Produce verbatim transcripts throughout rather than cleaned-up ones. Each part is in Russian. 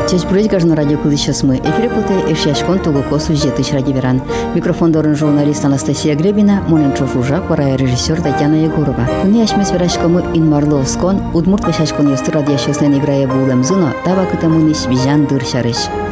Честь брать каждому радио куличас мы. Эфире поте эшяшкон туго косу жетыш радиверан. Микрофон дорын журналист Анастасия Гребина, монинчо жужа, пора режиссер Татьяна Егорова. Уни ашмес верашкому Инмарловскон, удмурт вешашкон юсту радиошеслен играя булем зуно, таба кытамуниш вижан дыршарыш.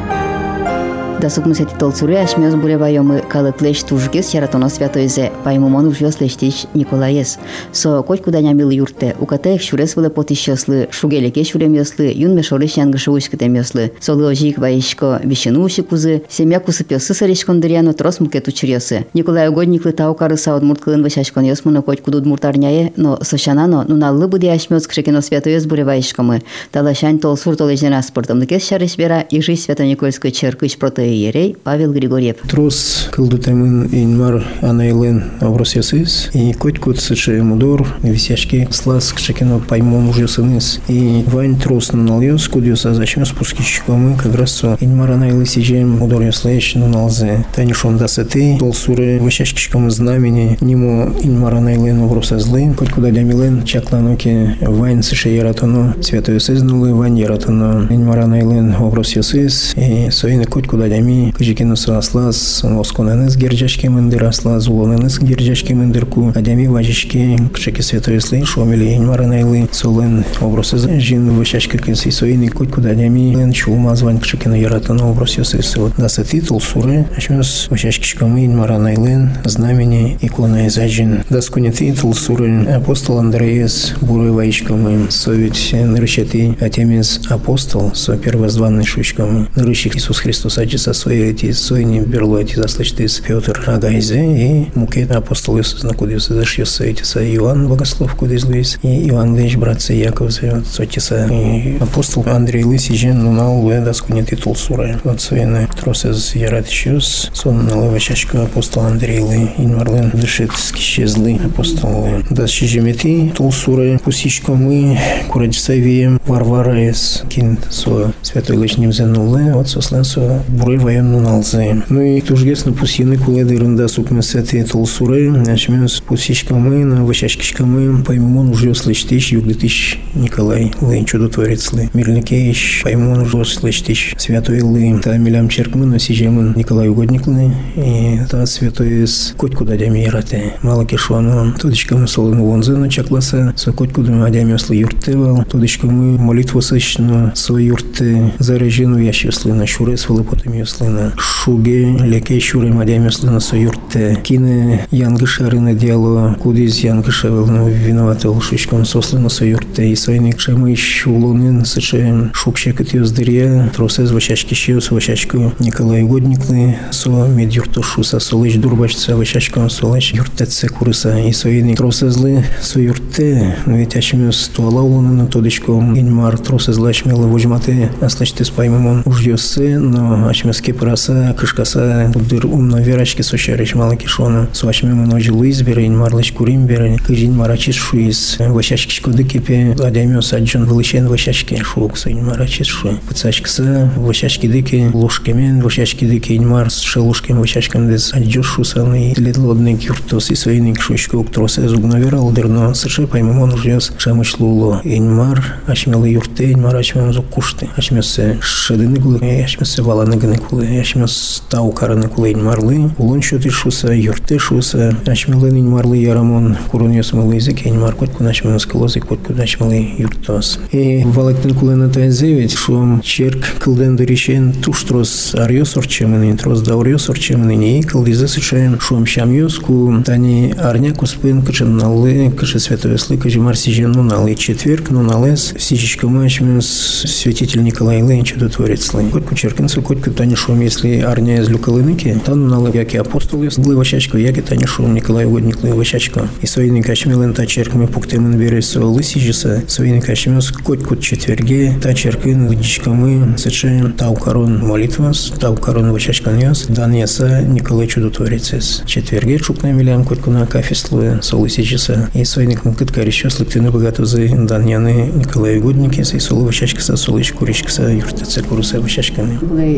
Дасук мысети толцуре ашмес буревайомы калыклеш тужгес яратоно святойзе, паймумон ужьос лештич Николаес. Со коть кудanya мил юрте, укатех шурес выле потищеслы, шугелеке шуремеслы, юн мешорыш янгышы ушкетемеслы. Солы ожик ваишко вишену ушикузы, семья кусыпесы саришкон дыряно трос мукет учерёсы. Николай угодниклы таукарыса удмурт кылын вышашкон ёсмуно коть кудуд муртарняе, но сошанано нуналлы буди ашмес кшекено святойез буревайшкомы. Талашань толсур толежнен аспортом ныкес шарыш вера и жизнь Свято-Никольской черкыч проте Ерей Павел Григорьев. Трос кылдутамын инмар анайлен обросясыз и коть-кот сыче мудор висяшки слаз кшекено паймон ужесыныз. И вань трос нуналёс, кудёса зачем спускичкомы как раз со инмар анайлы сижем мудор яслэш нуналзе. Танишон дасыты толсуры вышашкичкомы знамени нимо инмар анайлен обросязлы. Коть-куда дямилен чакланоки вань сыче яратоно святойесыз нулы, вань яратоно инмар анайлен обросясыз. И соины коть-куда Ами кыжикенусы аслаз, осконаныз герджашки мындыр аслаз, улонаныз герджашки мындырку, адями вajishки кшеки святойеслы, шомели инмаранайлы, солен обросыз жин вышашки кенси соины коть куда адями лен чулмазвань кшекено яратано обросёсыз. Вот дасыты толсуры, ашмёс вышашкишкамы инмаранайлын, знамени икона изаджин. Даскунеты толсуры апостол Андреес, буры ваишкамы, совет нырыщаты, атемез апостол, со первозванный шучкамы, нырыщик Иисус Христос аджис свои эти сойни берло эти заслыштыс Петр Агайзе и мукет апостол Иисус накудился зашьёса эти са Иоанн богослов кудизлис и Иоанн лишь братцы Яков зовет сотиса и апостол Андрей Лысижен нунал ледаску не титул суры вот сойны тросез яратищус сон налыващашка апостол Андрей Лы инмарлен дышит скищезлы апостол дашижемети тул суры пусичко мы курадисавием Варвараес кин со святой лычним зенулы вот сосленсо буры военную налзы. Ну и тужгесно пусины куледы рында сукмесети толсуры, начмёс пусичкамы, на вышачкичкамы, поймумон уже слыштищ, югдытищ Николай Лы, чудотворец Лы, мирликеищ, поймумон уже слыштищ, святой Лы, та милям черкмы, но сижемын Николай угодник Лы, и та святой с коть куда дями ярате, мало кишуану, тудочкамы солону лонзену чакласа, со коть куда адямёс Лы юртевал, тудочкамы молитву сычну, со юрты зарежину ящеслы на шурес вылыпотами слына шуге леке шуре мадями слына союрте кине янгышары на дело кудис янгышевел на виноваты лшичком сослына союрте и сойник шемыш улонин сыче шукщекет юздырья тросез ващачки щиус ващачку Николай Угодниклы со медюртошуса солыч дурбачца ващачком солыч юртеце курыса и сойник тросезлы союрте ведь ачмёс туала улонин тодычком инмар тросезлы ачмелы вожматы аслачты спаймамон ужьёсы но ачмёски праса кышкаса дыр умно верачки сощарыч мало кишона суачмёмон ожилы изберень марлыч курим берень кыжин марачис шуис ващачкичко дыкипе адямёс аджон вылычен ващачки шук сойн марачис шу пыцачкса ващачки дыки лушкемен ващачки дыки инмар с шелушкем ващачкам дес аджош шусаны ледлодный кюртос и свойник шучко уктросе зугноверал дырно сыше паймамон ужьёс шамычлуло инмар ачмелы юрте инмар ачмём зуккушты ачмёсе шедыны гулы ачмёсе валаны гыны кулы ачмёс таукараны кулы инмарлы улон шоты шуса юрте шуса ачмелы инмарлы ярамон куруньёс мылы язык инмар котку начмёс колозы котку начмелы юртос и валактын кулы натайзевит шум черк кылден дырищен туштрос арьёс орчемыны трос даурьёс орчемыны не кылдызы сычен шум щамьёс ку тани арня куспын кычын наллы кышы святойеслы кыжы марсижен нуналы четверг нуналес сичичкамы ачмёс святитель Николай Лы чудотворецлы котку черкинцу котку тани шум если арня из люкалыныки тану налы яки апостол глы ващачко яки тани шум Николай Угодник Лы ващачко и свойник ачмелен та черкмы пуктемын бересо лысижиса свойник ачмёс котку четверге та черкин выдичкамы сычен таукарон молитвас таукарон ващачканьёс дан яса Николай чудотворецес четверге чукна милям котку на кафеслы со лысижиса и свойник мукыт карищёс лыктыны богатузы дан яны Николай Угодник и солы ващачкаса солыч куричкаса юртеце куруса ващачканы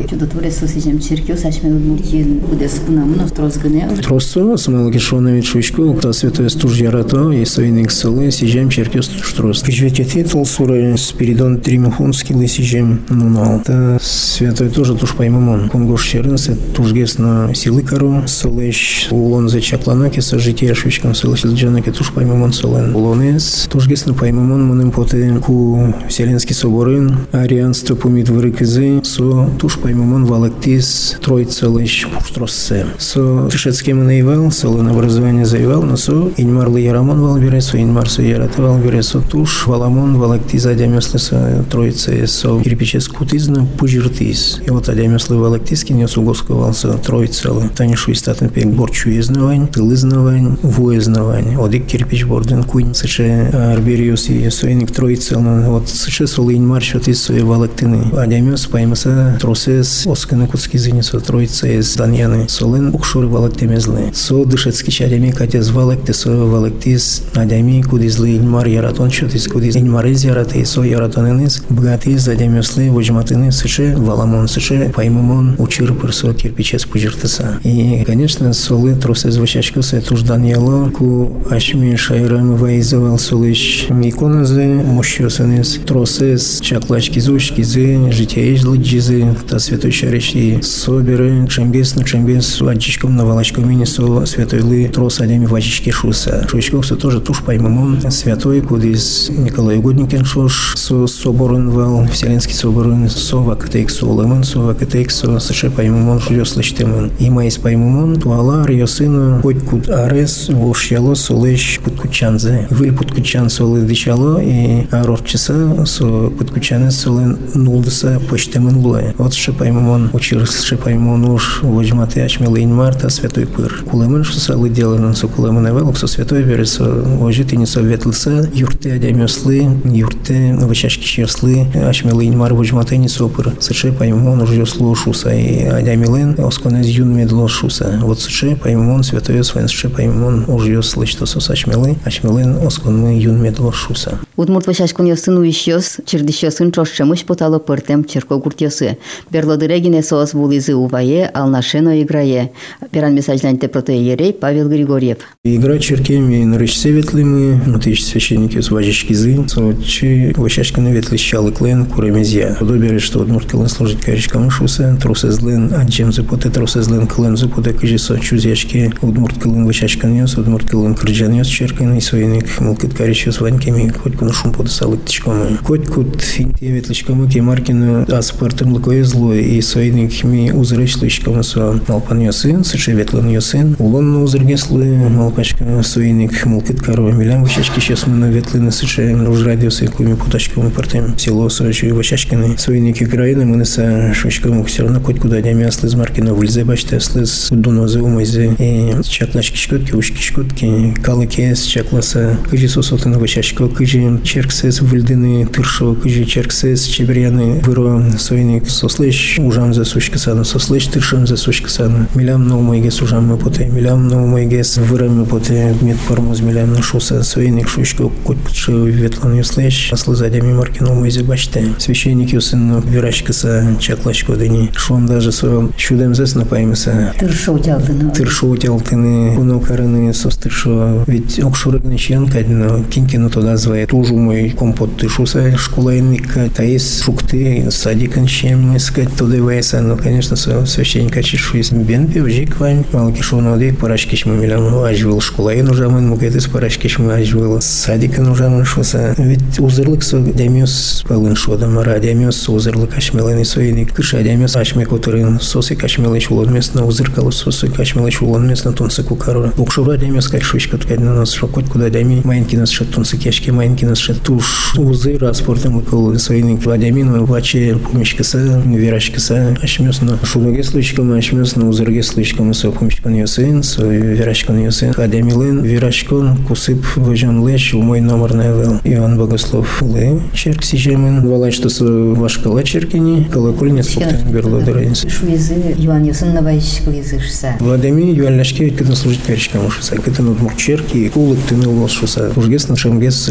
сосижем черкио сашме удмуртин удес кунамно трозгне. Тросо смолки шонович шучку, кто святой стуж ярато и соиник солы сижем черкио штрос. Кичвете титул суры Спиридон Тримухунский лысижем нунал. Та святой тоже туж поймамон. Конгош чернс туж гес на силы кару солыш улон за чакланаки со жития шучком солыш джанаки туж поймамон солен. Улонес туж гес на поймамон монем поте ку Вселенский соборын арианство помит вырыкызы со туж поймамон валактис троица лыш пуштроссе. Со тышецким наивал, солон образование заивал, но со иньмарлы ярамон валбере, со иньмарсу ярата валбере, со туж валамон валактис адямеслы со троица со кирпичес кутизна пужиртис. И вот адямеслы валактиски не сугосковал со троица танишу истатен пек борчу изнавань, тыл изнавань, во изнавань. Одик кирпич борден кунь, сыче арбериус и соиник троица, вот сыче солы иньмарш вот из своей валактины. Адямес паймаса тросес оскана кутски зинисо троица из даньяны. Солен укшуры валактемезлы. Со дышецки чадями катез валакте со валактис адями кудизлы иньмар яратон шотис кудиз иньмарез яраты со яратоненыз бгатиз адямеслы вожматыны сыче валамон сыче паймамон учирпыр со кирпичес пужиртыса. И, конечно, солы тросез вачачко се туж даньяло ку ашми шайрам ваизавал солыш иконазы мощосеныз тросез чаклачки зушкизы житяиж лыджизы та святой шаречи соберы чембес на чембес вачичком на валачком мини со святой лы трос адями вачички шуса. Шучков со тоже туж паймамон святой кудиз Николай Угодникин шош со соборын вал Вселенский соборын со вакатейк со ламын со вакатейк со саше паймамон шуёс лыштемын. И майс паймамон туала риосына хоть куд арес вошьяло солыш путкучанзе. Выль путкучан солы дичало и арорчиса со путкучаны солы нулдыса почтемын луэ. Вот саше паймамон учир саше паймамон уж вожматы ачмелы иньмарта святой пыр. Кулемын шусалы деланы со кулемын эвелок со святой верес со вожит и не со ветлыса юрте адямеслы юрте вачашки черслы ачмелы иньмар вожматы не сопыр. Саше паймамон уж ёсло шуса и адямилен осконез юн медло шуса. Вот саше паймамон святой свен саше паймамон уж ёсло что со ачмелы ачмелен оскон мы юн медло шуса. Удмурт вачашкон ёсыну ищёс чердищёсын чошчемыш потало пыртем черко гуртёсы. Берлодырегине соос вулизы увае алнашено играе. Перан месажлянте протоиерей Павел Григорьев. Игра черкеми нарычце ветлымы, мутыч священники с вачачкизы, сочи вачачканы ветлыщалы клен куремезья. Подоберет, что удмурт клен служит каричкам шуса, трусезлен аджем запоте, трусезлен клен запоте, кажисо чузячки, удмурт клен вачачкан ёс, удмурт клен кырджан ёс черкан, и свойник мулкит каричёс ваньками, хоть куну шум подосалы ктичкомы. Хоть кут финте ветлычкомы кемаркину аспартым лукое злой, и свойник ми узрычлычкомы со малпан ёсын, сыче ветлен ёсын, улон на узргеслы, малпачка свойник мулкит карова милям, вачачки щас мы на ветлыны сыче уж радиосы, куми путачкомы партем село сочи вачачкины. Свойник играины мы наса шучкомы все равно хоть куда дями слыз маркина выльзе бачте слыз дунозе умайзе и чаклачки шкотки, ушки шкотки, калыкес чакласа, кыжи сосотына вачачко, кыжи черксес выльдыны тыршо, кыжи черксес чебряны выро свойник сослыш ужам за сучкасана, сослыш тыршам за сучкасана, милям на умайгес ужам мы поте, милям на умайгес вырами поте, мед пармуз милям на шуса, свойник шучко, коть путши ветлан юслыш, слыза дями маркина умайзе бачте. Священник юсын вирачкаса чаклачко дыни, шом даже со чудем зес напаймеса. Тыршо утялтыны. Тыршо утялтыны, куно карыны сос тыршо, ведь окшурыгны чьянкадно, кинкину туда звае, тужу мой компот тышуса, школайника, таис шукты, садикан чем искать туда вайса, но, конечно, со священника чешу из бенпи, вжик вань, малки шоноды, парашкиш мы милям ажвил, школайн ужамын, мукетис парашкиш мы ажвил, садикан ужамын шуса, ведь узырлык со дямёс палын шодам, ра дямёс узырлык ашмелын и свойник, кыша дямёс ашме которын сосы кашмелыч улон местно, узыркало сосы кашмелыч улон местно, тунцы кукару. Укшура дямёс кашвичка ткать на нас, шокоть куда дями, майнки нас шет тунцы кешки, майнки нас шет туш, узы, распортом лыкол, свойник, вадямину, ваче, помещкаса, верачкаса, ашмёсно, шулоге случкам, ашмёсно, узырге случкам, со помещкан ёсын, со верачкан ёсын, вадямилын, верачкон, кусып, вожон лэч, умой номер навел, Иван Богослов, лэ, черк сижемын, валач, что со вашкала черкини, колокольня спортен берлодырайнс. Шуизы, Иван Ёсын на вайшку язышса. Вадами, юальнашки, когда служить каричкам ушуса, когда над мурчерки, кулык ты ныл шуса, ужгес на шамгес, сыше Иван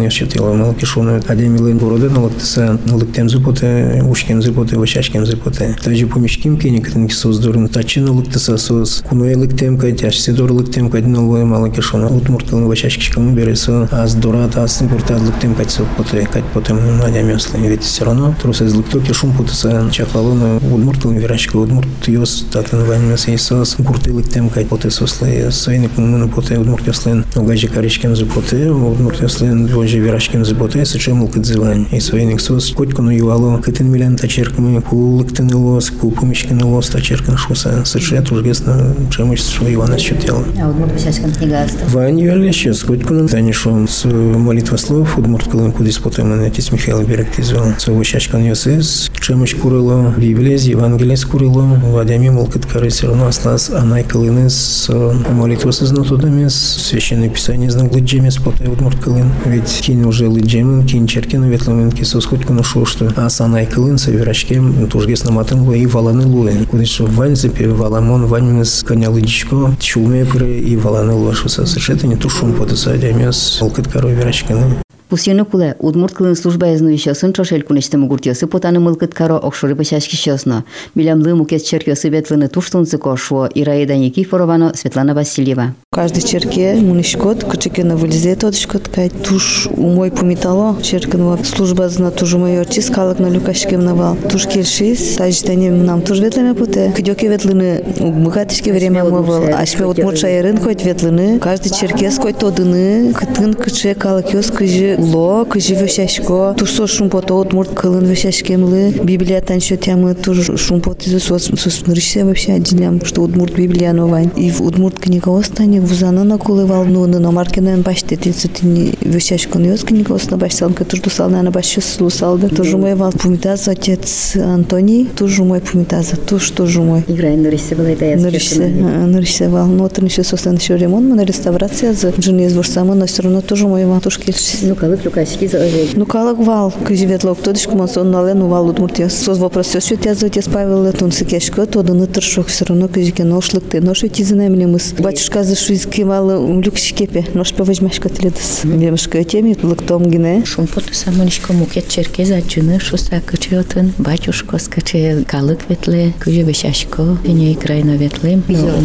аны считала малки шону адемилен города налыктыса налыктем зыпоте ушкем зыпоте вачашкем зыпоте даже помешким кеникten создорун тачи налыктыса соз кунуэлыктем кайтяшси дорлыктем кадиналой малки шону удмуртылы вачашкишкам бересо аз дорат аз гуртадлыктем катсо поте кат потем надямеслы ведь все равно трусезлыкто кешум потыса чакалона удмуртылы верашка удмурт ёс татын ванмес исос гуртылыктем кат поте сослы сойник муну поте удмуртяслен угажи каришкем зыпоте удмуртяслен вожи верашкем зыпоте сычем лкыдзывань и сойник сос котькуну юало кытын милен тачеркмы кулыктын лос купумишкин лос тачеркин шуса сыче тужгесно чемыч свой Ивана считал а удмурт висяшкан книгаста вань юале сейчас котькуну танишом с молитва слов удмурткалым кудис потом натис Михаил Беректизол со вышашкан ёсес чемыч курыло Библия Евангелие скурыло вадями молкыт кары все равно осталось анай калынес молитва сознатодамес священное писание знак лыджемес поте удмурткалын ведь кин уже лыджемен кин черкину ветламен кисос котькуну шо что ас анай калын соверашкем тужгесно матын луи валаны луи кудиш вань запе валамон ваньмес коня лыджичко чулме пыры и валаны луашуса сышета не тушум подысадямес молкыт кары верашканы Пусьяны куле удмурткалын служба изнующасын чошель кунечтем гуртьосы потаны мылкыт каро окшоры башашкишёсно. Милямлы мукет черкёсы ветлыны туштунцы кошо Ираида Никифоровано, Светлана Васильева. Каждый черке мунишкот, качекена вылезе тодышкот, кай туш умой помитало, черкенова служба зна тужу мой орчис, калак на люкашкем навал. Туш кельшис, тажитанем нам туж ветлыны поте. Кидёки ветлыны угмыкатышке время мовал, ашме удмуртша ярын хоть ветлыны. Каждый черкес хоть тодыны, кытын кыче калак ёс кыжи ло, кыжи вешашко, туш со шумпото удмурткалын вешашкемлы. Библия танчо тямы туж шумпот из сос нырыше вообще отделям, что удмурт Библия новань. И в удмурт книга останет вузана на кулы волнуны, но маркинен баште тинцетини вешашко нёс книга осна башсал, который тусал на башчо слусал, да тоже мой вал пумитаз отец Антоний, тоже мой пумитаз, туш тоже мой. Играй нырыше была идея. Нырыше, нырыше вал, но ты еще состан еще ремонт, на реставрация за жены из ворсама, но все равно тоже мой вал туш кельш. Ну калык люкашки за ожей. Ну калык вал, кыживет лок, то дышку мансон нален увал удмуртия. Соз вопрос все, что тебя за отец Павел тун сыкешко, то да нытыршок все равно кыжике ношлык ты, но что тизина мне мыс. Батюшка за шуйский вал люкшикепе, нож повозьмашка тледас. Мемшка теме лыктом гине. Шумпоту самонишко мукет черкеза джуны шуса кычиотын, батюшко скаче калык ветле, кыжи вешашко, пене играй на ветле.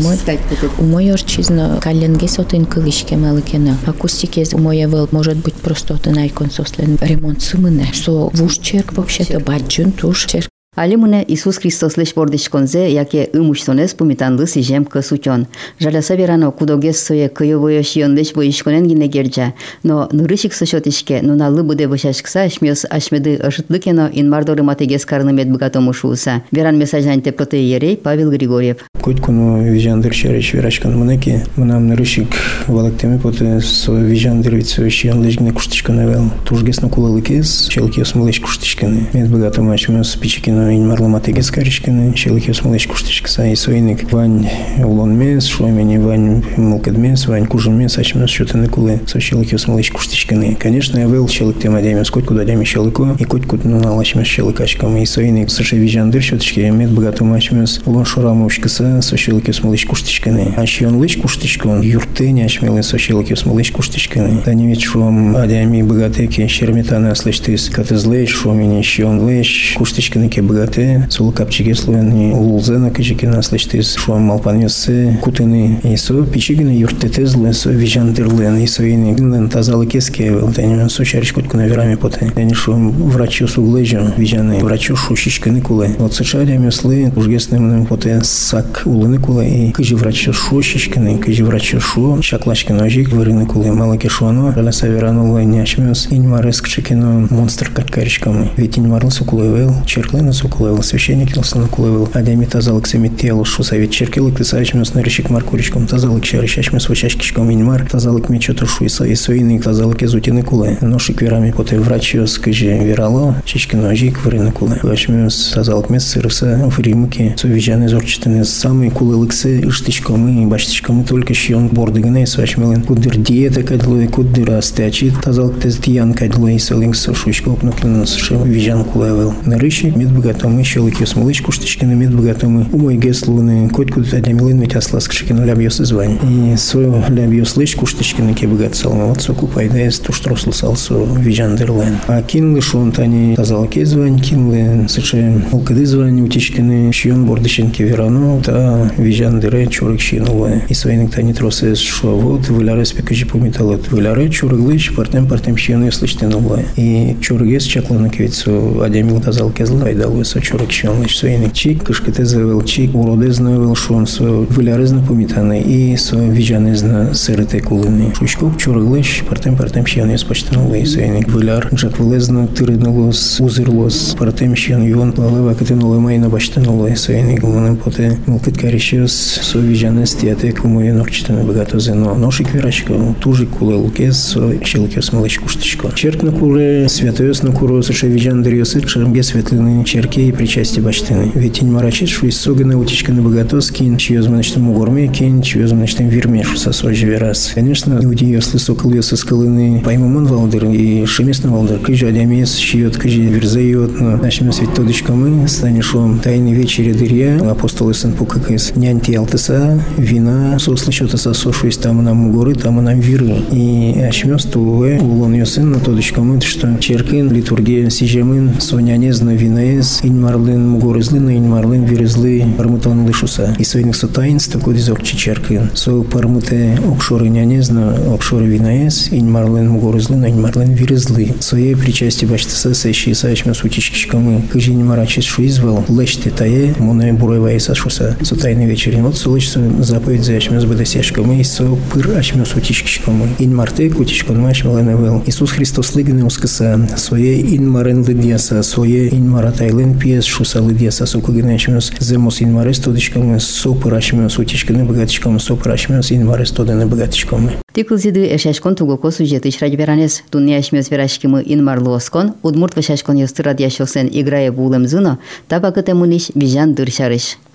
Умой орчизно каленге сотын кылышке малыкена. Акустикез умоя вел может быть просто тынайкон сослен ремонт сумыне. Со вуш черк вообще-то баджун туш черк. Алимуне Иисус Христос леш бордишконзе, яке имуштонес пумитанлы сижем кысучон. Жаляса верано кудогес сое кыёвое шион леш боишконен гинегерджа. Но нырышик сошотишке, нуналы буде бошашкса, шмёс ашмеды ожитлыкено инмардоры матегес карнымет богатомушуса. Веран месажнань теплоте ерей Павел Григорьев. Котькуну вижандыр шереш верашкан мынеки, мынам нырышик валактеме поте со вижандыр вит со шион леш гине куштишканы вел. Тужгес на кулалыкес, челкес мылеш куштишканы. Мет богатомашмёс пичикино инмарлы матегес каришканы, челкес мылеш куштишкса и сойник. Вань улон мес, шуамени вань мылкад мес, вань кужын мес, ачмёс шотаны кулы, со челкес мылеш куштишканы. Конечно, я вел челык тем адемес, котку дадями челыко, и котку налачмёс челыкачкам, и сойник соше вижандыр шотишке, мет богатомашмёс улон шурамовшкаса, сошелки смолыш куштичканы. А ще он лыч куштичкан, юрты не ачмелы сошелки смолыш куштичканы. Да не ведь шум адями богатеки, щерметаны слыштыс, катызлыч, шумини ще он лыч куштичканы ке богате, сулкапчиге слуяни улзена кичикина слыштыс, шум малпанёсы, кутыны, и со пичигины юртетезлы, со вижандырлен, и со ини гнен тазалы кеске, да не со шаричкотку на верами поте. Да не шум врачу суглыжу, вижаны, врачу шушичканы кулы. Вот сочарями слы, ужгесным поте сак улыны кулы и кыжи врачу шушичканы, кыжи врачу шу, шаклашкины ожик, вырыны кулы, малаки шуано, раля саверанулы не ачмёс, иньмарес кчикино монстр качкаричками. Ведь иньмарлы сукулывел, черклыны сукулывел, священник лосаны кулывел, адями тазалык самит телу, шу совет черкилык, ты саачмёс нарышик маркуричком, тазалык чарыш, ачмёс вачашкичком иньмар, тазалык мечету шуйса, и соины, тазалык изутины кулы. Ношик верами поте врачёс, кыжи верало, чичкино ожик, вырыны кулы. Ачмёс тазалык мес сырыса, в римыке, совижаны зорчатыны самые кулылыксы, иштичкомы, баштичкомы только щион бордыгыны, свачмелын, кудыр диета кадлой, кудыр астячит, тазалык тездиян кадлой, селинг сошучкоп, нуклинус, шо вижан кулевел. Нарыши, медбога богатомы, щелокиос малыш куштичкины мед богатомы, умой геслуны, котькуда адямилын ведь аслас кшикин лябьёс извань. И со лябьёс лыш куштичкины ке богат салма, вот соку пайдес туш трослу салсу вижандерлен. А кинлы шон тани тазалке звань, кинлы сыче улкады звань, утичкины щион бордыщенки верано, та вижандере чурык щинулы. И своиник тани тросы шо вот, выляре спекажи помиталот, выляре чурык лыш, партем партем щион яслыштенулы. И чурык ес чакланы квицу адямил тазалке зла, айдалу со чурык щион лыш своиник чик, кышкете завел чик, уродезно вел шон, со вылярезно помитаны и со вижанезно сырыте кулыны. Шучков чурык лыш, партем партем щион ес почтенулы, и своиник выляр, жак вылезно тырынулос, узырлос, партем щион юон, лалева катенулы майна почтенулы, и своиник гуманым поте, мулкет карищес, со вижанез тиатек умою норчетаны богатозе, но ношик верачка, тужик куле лукез, со щелкиос малыш куштичко. Черк на куле, святоёс на куру, соше вижандерёсы, чармге светлины, черке и причасти бачтыны. Ведь инь марачет, шо из согана утичка на богатоз, кин, чьё зманочтым угорме, кин, чьё зманочтым вирмешу со сожи верас. Конечно, иудеёс лысокол ёс из колыны, поймумон валдыр и шеместный валдыр, кыжи адямес, щиёт, кыжи верзеёт, но начнёс ведь тодочка мы, станешом тайны вечери дырья, апостолы сын пукакыс, няньки алтыса, вина, сослышёта со сошу из там нам угоры, там нам виры. И ачмёс туве, улон ё сын, на тодочка мы, что черкин, литургия, сижемын, сонянезно винаез, инь марлын мугорызлы, но инь марлын вирызлы, пармытон лышуса. И своиных со таинств, кодизок черкин. Со пармыте окшоры нянезно, окшоры винаез, инь марлын мугорызлы, но инь марлын вирызлы. Своей причастие бачтаса сэши сачмёс утичкичкамы, кыжи не марачис шуизвал, лэште тае, моне буровая сашуса. Со тайны вечерин, вот солычсо заповедь за ачмёс бадасяшкамы, и со пыр ачмёс утичкичкамы. Инь марте кутичкон ачмёленевел. Иисус Христос лыгны ускаса, своей инь марен лыдьяса, своей инь маратайлен пьес шуса лыдьяса, со кыгны ачмёс земос инь марес тодичкамы, со пыр ачмёс утичканы богатичкамы, со пыр ачмёс инь марес тоданы богатичкамы. Тиклзиды эшашкон тугоко сюжеты шрадиберанес, тунне ачмёс верашкимы ин марлооскон, удмурт вешашкон ёстырад яшосен играе булем зыно, табакыте муниш бижан дыршарыш.